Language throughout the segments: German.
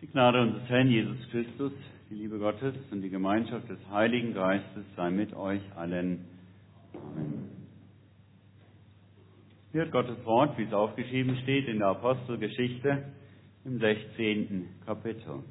Die Gnade unseres Herrn Jesus Christus, die Liebe Gottes und die Gemeinschaft des Heiligen Geistes sei mit euch allen. Amen. Hört Gottes Wort, wie es aufgeschrieben steht in der Apostelgeschichte im 16. Kapitel.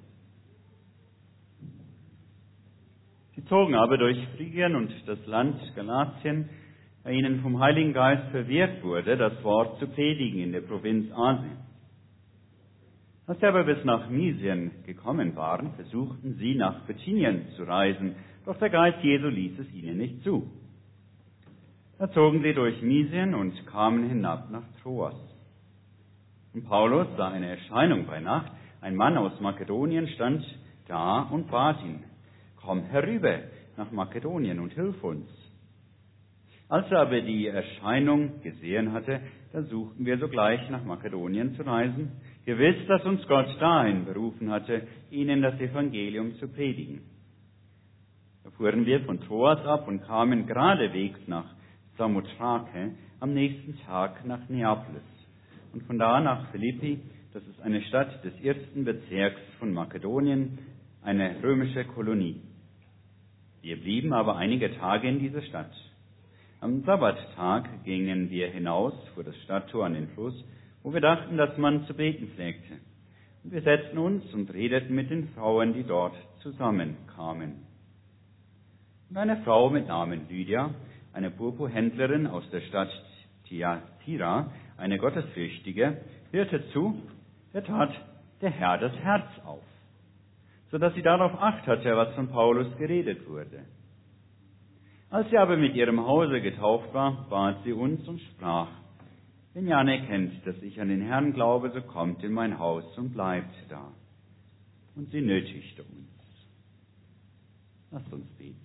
Sie zogen aber durch Phrygien und das Land Galatien, da ihnen vom Heiligen Geist verwehrt wurde, das Wort zu predigen in der Provinz Asien. Als sie aber bis nach Mysien gekommen waren, versuchten sie, nach Bithynien zu reisen, doch der Geist Jesu ließ es ihnen nicht zu. Da zogen sie durch Mysien und kamen hinab nach Troas. Und Paulus sah eine Erscheinung bei Nacht. Ein Mann aus Makedonien stand da und bat ihn: Komm herüber nach Makedonien und hilf uns. Als er aber die Erscheinung gesehen hatte, da suchten wir sogleich nach Makedonien zu reisen, gewiss, dass uns Gott dahin berufen hatte, ihnen das Evangelium zu predigen. Da fuhren wir von Troas ab und kamen geradewegs nach Samothrake, am nächsten Tag nach Neapolis und von da nach Philippi, das ist eine Stadt des ersten Bezirks von Makedonien, eine römische Kolonie. Wir blieben aber einige Tage in dieser Stadt. Am Sabbattag gingen wir hinaus vor das Stadttor an den Fluss, wo wir dachten, dass man zu beten pflegte. Und wir setzten uns und redeten mit den Frauen, die dort zusammenkamen. Und eine Frau mit Namen Lydia, eine Purpurhändlerin aus der Stadt Thyatira, eine Gottesfürchtige, hörte zu, da tat der Herr das Herz auf, sodass sie darauf Acht hatte, was von Paulus geredet wurde. Als sie aber mit ihrem Hause getauft war, bat sie uns und sprach: Wenn ihr anerkennt, dass ich an den Herrn glaube, so kommt in mein Haus und bleibt da. Und sie nötigte uns. Lasst uns beten.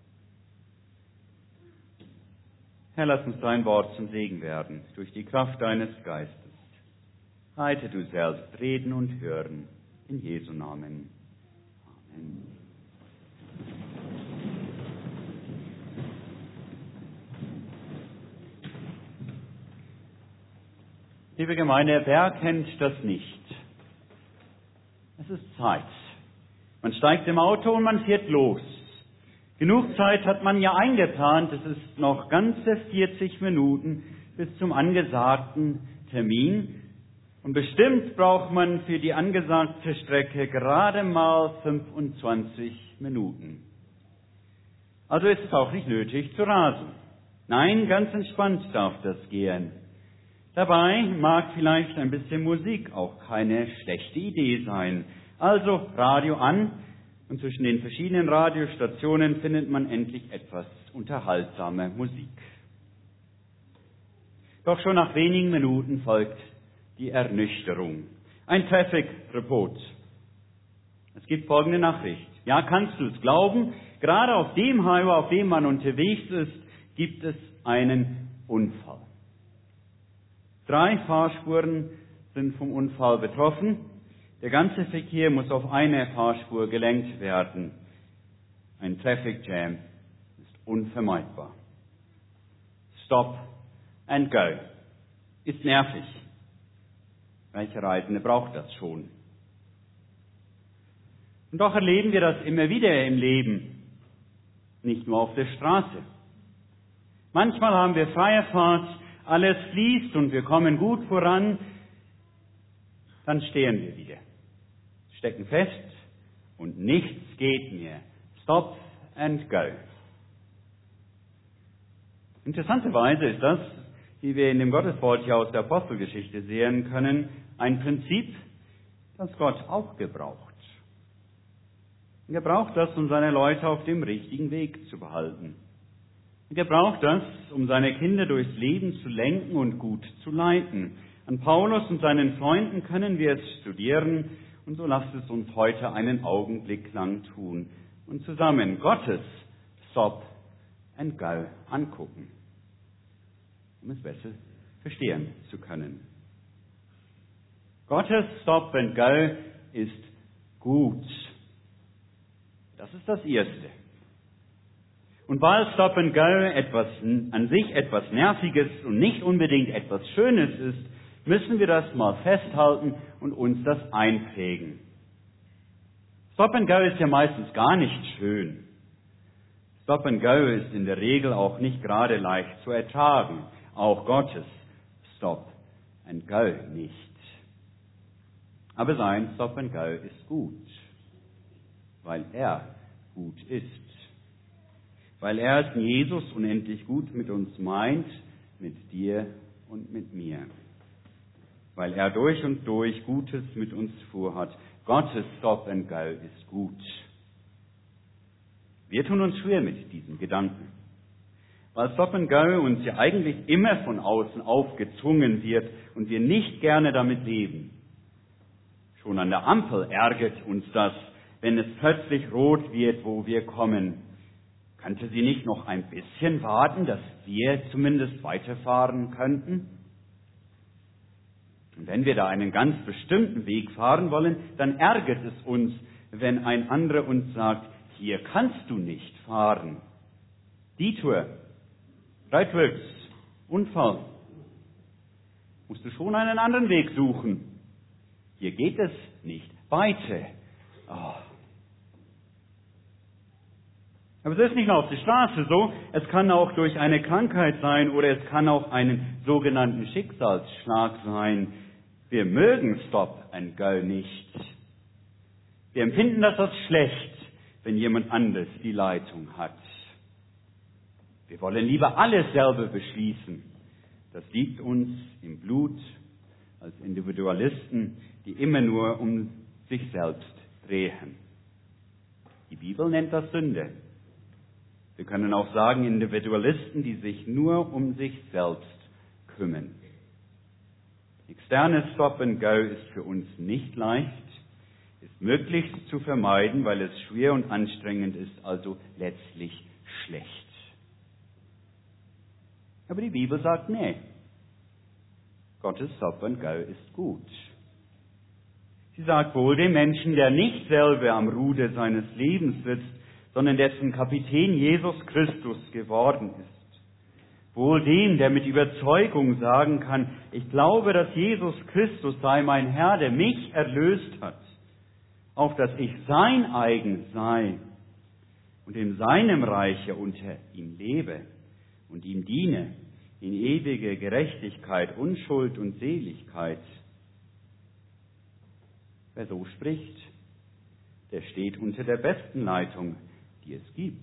Herr, lass uns dein Wort zum Segen werden, durch die Kraft deines Geistes. Leite du selbst reden und hören, in Jesu Namen. Amen. Liebe Gemeinde, wer kennt das nicht? Es ist Zeit. Man steigt im Auto und man fährt los. Genug Zeit hat man ja eingeplant. Es ist noch ganze 40 Minuten bis zum angesagten Termin. Und bestimmt braucht man für die angesagte Strecke gerade mal 25 Minuten. Also ist es auch nicht nötig zu rasen. Nein, ganz entspannt darf das gehen. Dabei mag vielleicht ein bisschen Musik auch keine schlechte Idee sein. Also Radio an und zwischen den verschiedenen Radiostationen findet man endlich etwas unterhaltsame Musik. Doch schon nach wenigen Minuten folgt die Ernüchterung. Ein Traffic Report. Es gibt folgende Nachricht. Ja, kannst du es glauben? Gerade auf dem Highway, auf dem man unterwegs ist, gibt es einen Unfall. 3 Fahrspuren sind vom Unfall betroffen. Der ganze Verkehr muss auf eine Fahrspur gelenkt werden. Ein Traffic Jam ist unvermeidbar. Stop and go ist nervig. Welcher Reisende braucht das schon? Und doch erleben wir das immer wieder im Leben, nicht nur auf der Straße. Manchmal haben wir freie Fahrt, alles fließt und wir kommen gut voran, dann stehen wir wieder, stecken fest und nichts geht mehr. Stop and go. Interessanterweise ist das, wie wir in dem Gotteswort hier aus der Apostelgeschichte sehen können, ein Prinzip, das Gott auch gebraucht. Er gebraucht das, um seine Leute auf dem richtigen Weg zu behalten. Er gebraucht das, um seine Kinder durchs Leben zu lenken und gut zu leiten. An Paulus und seinen Freunden können wir es studieren und so lasst es uns heute einen Augenblick lang tun und zusammen Gottes Stop and Go angucken, um es besser verstehen zu können. Gottes Stop and Go ist gut. Das ist das Erste. Und weil Stop and Go an sich etwas Nerviges und nicht unbedingt etwas Schönes ist, müssen wir das mal festhalten und uns das einprägen. Stop and Go ist ja meistens gar nicht schön. Stop and Go ist in der Regel auch nicht gerade leicht zu ertragen. Auch Gottes Stop and Go nicht. Aber sein Stop and Go ist gut, weil er gut ist. Weil er es in Jesus unendlich gut mit uns meint, mit dir und mit mir. Weil er durch und durch Gutes mit uns vorhat. Gottes Stop and Go ist gut. Wir tun uns schwer mit diesem Gedanken. Weil Stop and Go uns ja eigentlich immer von außen aufgezwungen wird und wir nicht gerne damit leben. Schon an der Ampel ärgert uns das, wenn es plötzlich rot wird, wo wir kommen. Könnte sie nicht noch ein bisschen warten, dass wir zumindest weiterfahren könnten? Und wenn wir da einen ganz bestimmten Weg fahren wollen, dann ärgert es uns, wenn ein anderer uns sagt, hier kannst du nicht fahren. Detour, Reitwirks, Unfall. Musst du schon einen anderen Weg suchen. Hier geht es nicht weiter. Oh. Aber es ist nicht nur auf der Straße so, es kann auch durch eine Krankheit sein oder es kann auch einen sogenannten Schicksalsschlag sein. Wir mögen Stop and Go nicht. Wir empfinden das als schlecht, wenn jemand anderes die Leitung hat. Wir wollen lieber alles selber beschließen. Das liegt uns im Blut als Individualisten, die immer nur um sich selbst drehen. Die Bibel nennt das Sünde. Wir können auch sagen, Individualisten, die sich nur um sich selbst kümmern. Externes Stop and Go ist für uns nicht leicht, ist möglichst zu vermeiden, weil es schwer und anstrengend ist, also letztlich schlecht. Aber die Bibel sagt, nee, Gottes Stop and Go ist gut. Sie sagt wohl dem Menschen, der nicht selber am Ruder seines Lebens sitzt, sondern dessen Kapitän Jesus Christus geworden ist. Wohl dem, der mit Überzeugung sagen kann, ich glaube, dass Jesus Christus sei mein Herr, der mich erlöst hat, auf dass ich sein eigen sei und in seinem Reiche unter ihm lebe und ihm diene in ewiger Gerechtigkeit, Unschuld und Seligkeit. Wer so spricht, der steht unter der besten Leitung, die es gibt.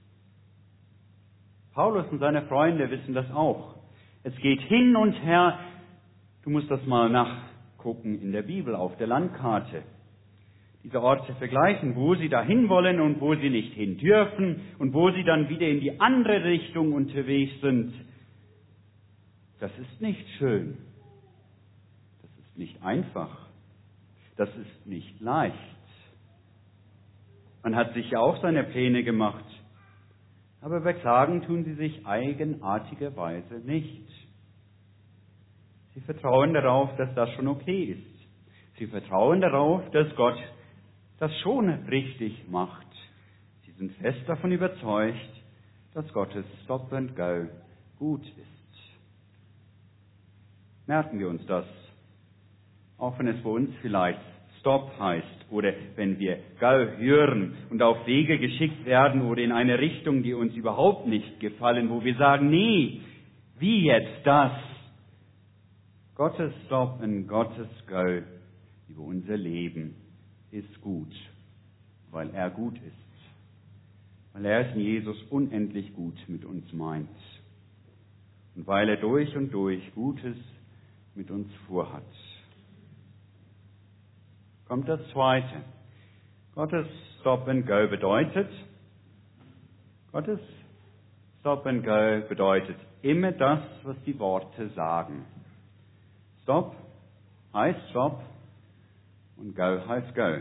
Paulus und seine Freunde wissen das auch. Es geht hin und her. Du musst das mal nachgucken in der Bibel, auf der Landkarte. Diese Orte vergleichen, wo sie dahin wollen und wo sie nicht hin dürfen und wo sie dann wieder in die andere Richtung unterwegs sind. Das ist nicht schön. Das ist nicht einfach. Das ist nicht leicht. Man hat sich ja auch seine Pläne gemacht. Aber beklagen tun sie sich eigenartigerweise nicht. Sie vertrauen darauf, dass das schon okay ist. Sie vertrauen darauf, dass Gott das schon richtig macht. Sie sind fest davon überzeugt, dass Gottes Stop and Go gut ist. Merken wir uns das, auch wenn es für uns vielleicht Stop heißt oder wenn wir Go hören und auf Wege geschickt werden oder in eine Richtung, die uns überhaupt nicht gefallen, wo wir sagen, nee, wie jetzt das? Gottes Stop und Gottes Go über unser Leben ist gut, weil er gut ist, weil er es in Jesus unendlich gut mit uns meint und weil er durch und durch Gutes mit uns vorhat. Kommt das Zweite. Gottes Stop and Go bedeutet immer das, was die Worte sagen. Stop heißt Stop und Go heißt Go.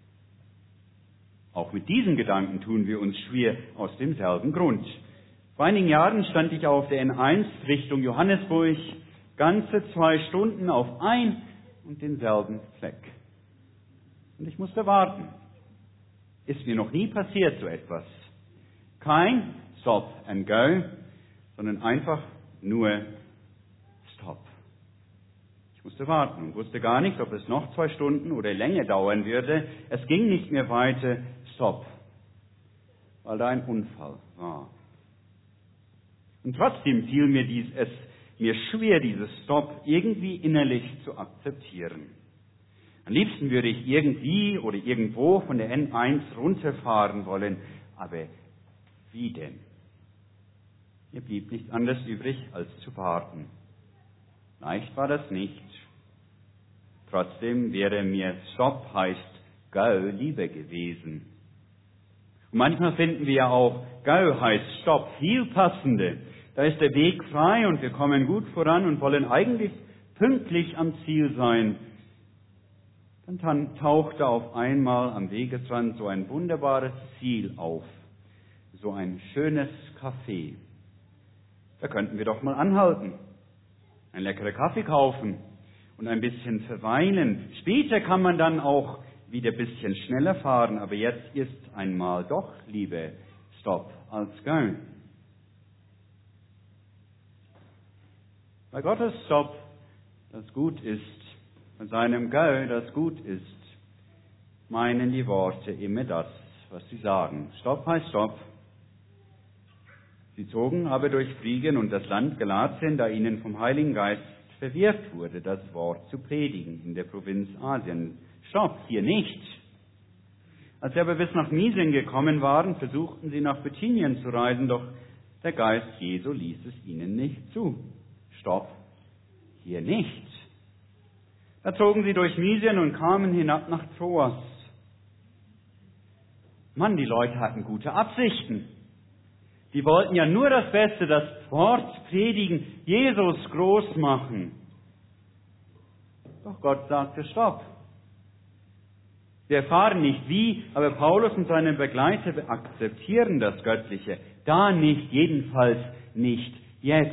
Auch mit diesen Gedanken tun wir uns schwer aus demselben Grund. Vor einigen Jahren stand ich auf der N1 Richtung Johannesburg ganze 2 Stunden auf ein und denselben Fleck. Und ich musste warten. Ist mir noch nie passiert so etwas. Kein Stop and Go, sondern einfach nur Stop. Ich musste warten und wusste gar nicht, ob es noch 2 Stunden oder länger dauern würde. Es ging nicht mehr weiter. Stopp. Weil da ein Unfall war. Und trotzdem fiel es mir schwer, dieses Stopp irgendwie innerlich zu akzeptieren. Am liebsten würde ich irgendwie oder irgendwo von der N1 runterfahren wollen. Aber wie denn? Mir blieb nichts anderes übrig, als zu warten. Leicht war das nicht. Trotzdem wäre mir Stopp heißt Go lieber gewesen. Und manchmal finden wir ja auch Go heißt Stopp viel passender. Da ist der Weg frei und wir kommen gut voran und wollen eigentlich pünktlich am Ziel sein. Dann tauchte auf einmal am Wegesrand so ein wunderbares Ziel auf. So ein schönes Café. Da könnten wir doch mal anhalten, einen leckeren Kaffee kaufen und ein bisschen verweilen. Später kann man dann auch wieder ein bisschen schneller fahren, aber jetzt ist einmal doch lieber Stopp als Go. Bei Gottes Stopp, das gut ist, bei seinem Go, das gut ist, meinen die Worte immer das, was sie sagen. Stopp heißt Stopp. Sie zogen aber durch Phrygien und das Land Galatien, da ihnen vom Heiligen Geist verwehrt wurde, das Wort zu predigen in der Provinz Asien. Stopp, hier nicht. Als sie aber bis nach Misien gekommen waren, versuchten sie nach Bithynien zu reisen, doch der Geist Jesu ließ es ihnen nicht zu. Stopp, hier nicht. Da zogen sie durch Misien und kamen hinab nach Troas. Mann, die Leute hatten gute Absichten. Die wollten ja nur das Beste, das Wort predigen, Jesus groß machen. Doch Gott sagte Stopp. Wir erfahren nicht wie, aber Paulus und seine Begleiter akzeptieren das Göttliche. Da nicht, jedenfalls nicht jetzt.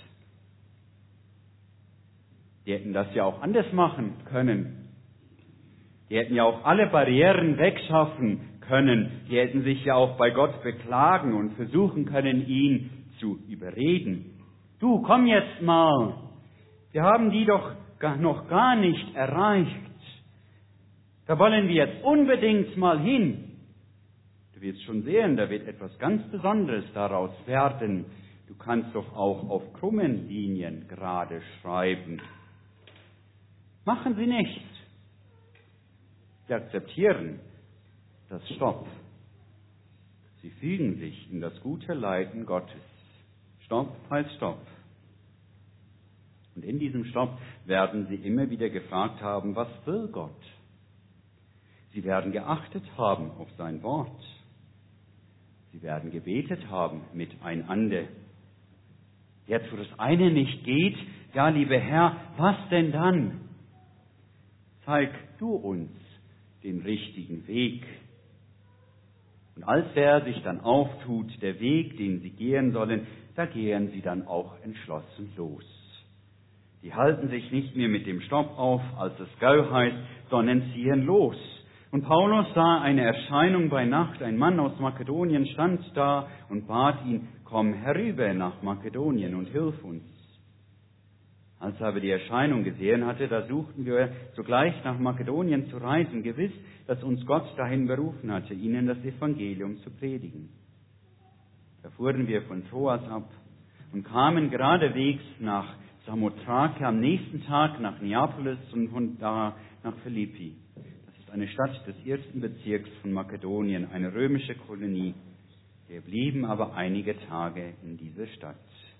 Die hätten das ja auch anders machen können. Die hätten ja auch alle Barrieren wegschaffen können. Die hätten sich ja auch bei Gott beklagen und versuchen können, ihn zu überreden. Du, komm jetzt mal. Wir haben die doch noch gar nicht erreicht. Da wollen wir jetzt unbedingt mal hin. Du wirst schon sehen, da wird etwas ganz Besonderes daraus werden. Du kannst doch auch auf krummen Linien gerade schreiben. Machen sie nicht. Sie akzeptieren das Stopp. Sie fügen sich in das gute Leiten Gottes. Stopp heißt Stopp. Und in diesem Stopp werden sie immer wieder gefragt haben, was will Gott? Sie werden geachtet haben auf sein Wort. Sie werden gebetet haben miteinander. Jetzt, wo das eine nicht geht, ja, lieber Herr, was denn dann? Zeig du uns den richtigen Weg. Und als er sich dann auftut, der Weg, den sie gehen sollen, da gehen sie dann auch entschlossen los. Die halten sich nicht mehr mit dem Stopp auf, als es Go heißt, sondern ziehen los. Und Paulus sah eine Erscheinung bei Nacht. Ein Mann aus Makedonien stand da und bat ihn, komm herüber nach Makedonien und hilf uns. Als er aber die Erscheinung gesehen hatte, da suchten wir sogleich nach Makedonien zu reisen, gewiss, dass uns Gott dahin berufen hatte, ihnen das Evangelium zu predigen. Da fuhren wir von Troas ab und kamen geradewegs nach Samothrake, am nächsten Tag nach Neapolis und von da nach Philippi. Das ist eine Stadt des 1. Bezirks von Makedonien, eine römische Kolonie. Wir blieben aber einige Tage in dieser Stadt.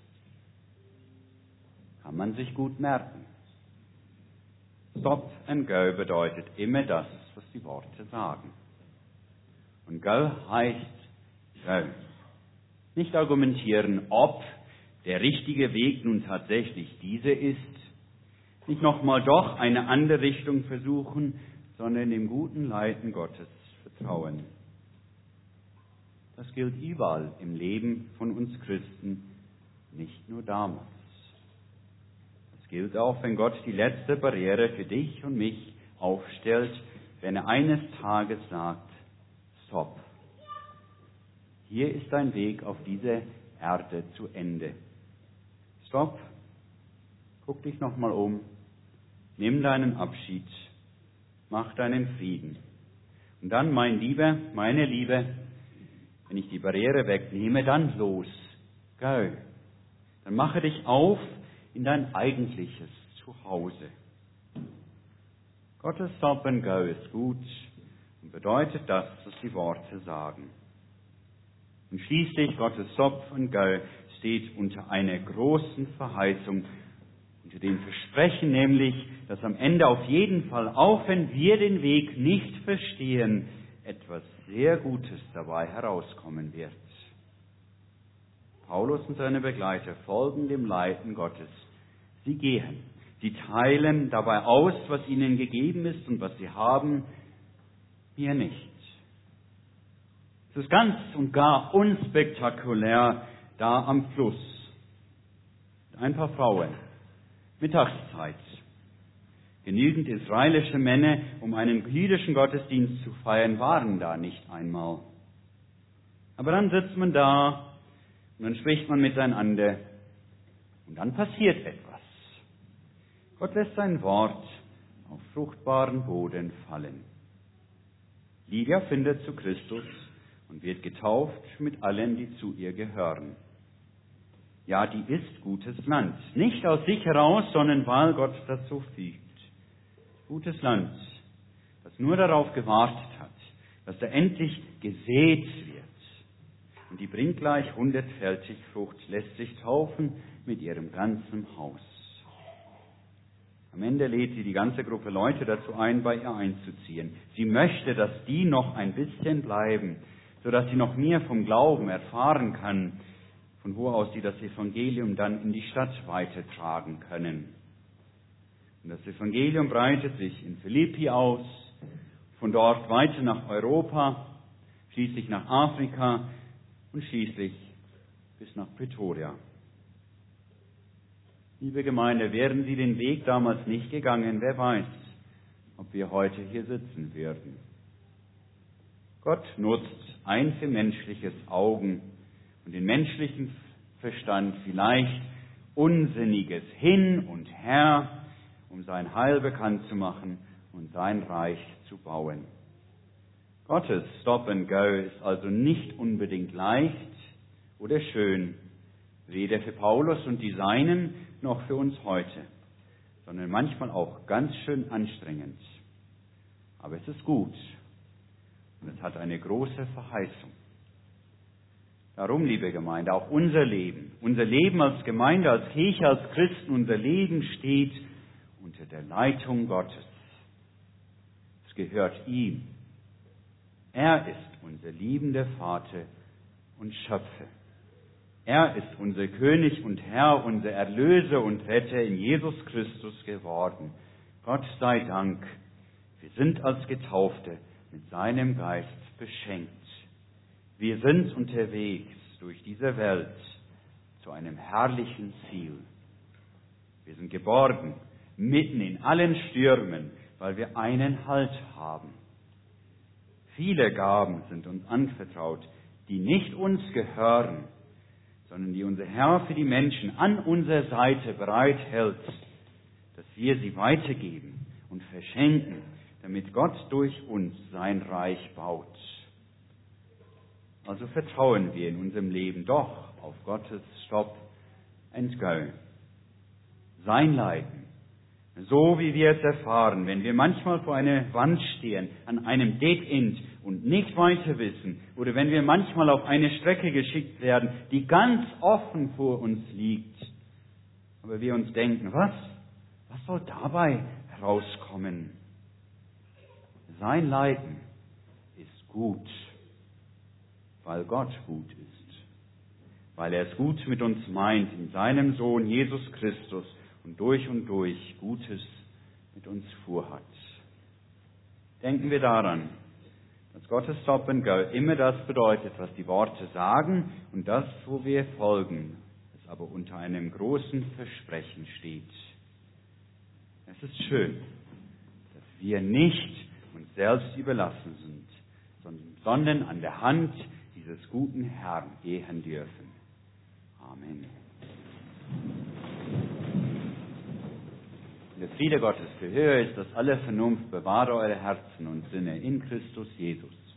Kann man sich gut merken. Stop and go bedeutet immer das, was die Worte sagen. Und go heißt go. Nicht argumentieren, ob der richtige Weg nun tatsächlich dieser ist. Nicht nochmal doch eine andere Richtung versuchen, sondern dem guten Leiten Gottes vertrauen. Das gilt überall im Leben von uns Christen, nicht nur damals. Das gilt auch, wenn Gott die letzte Barriere für dich und mich aufstellt, wenn er eines Tages sagt, Stopp. Hier ist dein Weg auf dieser Erde zu Ende. Stopp. Guck dich nochmal um. Nimm deinen Abschied, mach deinen Frieden. Und dann, mein Lieber, meine Liebe, wenn ich die Barriere wegnehme, dann los, geh. Dann mache dich auf in dein eigentliches Zuhause. Gottes Stop and Go ist gut und bedeutet das, was die Worte sagen. Und schließlich, Gottes Stop and Go steht unter einer großen Verheißung, unter dem Versprechen nämlich, dass am Ende auf jeden Fall, auch wenn wir den Weg nicht verstehen, etwas sehr Gutes dabei herauskommen wird. Paulus und seine Begleiter folgen dem Leiten Gottes. Sie gehen. Sie teilen dabei aus, was ihnen gegeben ist und was sie haben, mir nicht. Es ist ganz und gar unspektakulär da am Fluss. Ein paar Frauen. Mittagszeit. Genügend israelische Männer, um einen jüdischen Gottesdienst zu feiern, waren da nicht einmal. Aber dann sitzt man da und dann spricht man miteinander und dann passiert etwas. Gott lässt sein Wort auf fruchtbaren Boden fallen. Lydia findet zu Christus und wird getauft mit allen, die zu ihr gehören. Ja, die ist gutes Land. Nicht aus sich heraus, sondern weil Gott das so fügt. Gutes Land, das nur darauf gewartet hat, dass er endlich gesät wird. Und die bringt gleich 100-fältig Frucht, lässt sich taufen mit ihrem ganzen Haus. Am Ende lädt sie die ganze Gruppe Leute dazu ein, bei ihr einzuziehen. Sie möchte, dass die noch ein bisschen bleiben, sodass sie noch mehr vom Glauben erfahren kann, von wo aus sie das Evangelium dann in die Stadt weitertragen können. Und das Evangelium breitet sich in Philippi aus, von dort weiter nach Europa, schließlich nach Afrika und schließlich bis nach Pretoria. Liebe Gemeinde, wären Sie den Weg damals nicht gegangen, wer weiß, ob wir heute hier sitzen würden. Gott nutzt ein für menschliches Augen und den menschlichen Verstand vielleicht Unsinniges hin und her, um sein Heil bekannt zu machen und sein Reich zu bauen. Gottes Stop and Go ist also nicht unbedingt leicht oder schön, weder für Paulus und die Seinen noch für uns heute, sondern manchmal auch ganz schön anstrengend. Aber es ist gut und es hat eine große Verheißung. Darum, liebe Gemeinde, auch unser Leben als Gemeinde, als Kirche, als Christen, unser Leben steht unter der Leitung Gottes. Es gehört ihm. Er ist unser liebender Vater und Schöpfer. Er ist unser König und Herr, unser Erlöser und Retter in Jesus Christus geworden. Gott sei Dank, wir sind als Getaufte mit seinem Geist beschenkt. Wir sind unterwegs durch diese Welt zu einem herrlichen Ziel. Wir sind geborgen, mitten in allen Stürmen, weil wir einen Halt haben. Viele Gaben sind uns anvertraut, die nicht uns gehören, sondern die unser Herr für die Menschen an unserer Seite bereithält, dass wir sie weitergeben und verschenken, damit Gott durch uns sein Reich baut. Also vertrauen wir in unserem Leben doch auf Gottes Stop and Go. Sein Leiden, so wie wir es erfahren, wenn wir manchmal vor einer Wand stehen, an einem Dead End und nicht weiter wissen, oder wenn wir manchmal auf eine Strecke geschickt werden, die ganz offen vor uns liegt, aber wir uns denken, was soll dabei herauskommen? Sein Leiden ist gut, weil Gott gut ist, weil er es gut mit uns meint, in seinem Sohn Jesus Christus und durch Gutes mit uns vorhat. Denken wir daran, dass Gottes Stop and Go immer das bedeutet, was die Worte sagen und das, wo wir folgen, es aber unter einem großen Versprechen steht. Es ist schön, dass wir nicht uns selbst überlassen sind, sondern an der Hand dieses guten Herrn gehen dürfen. Amen. Und der Friede Gottes, der höher ist als alle Vernunft, bewahre eure Herzen und Sinne in Christus Jesus.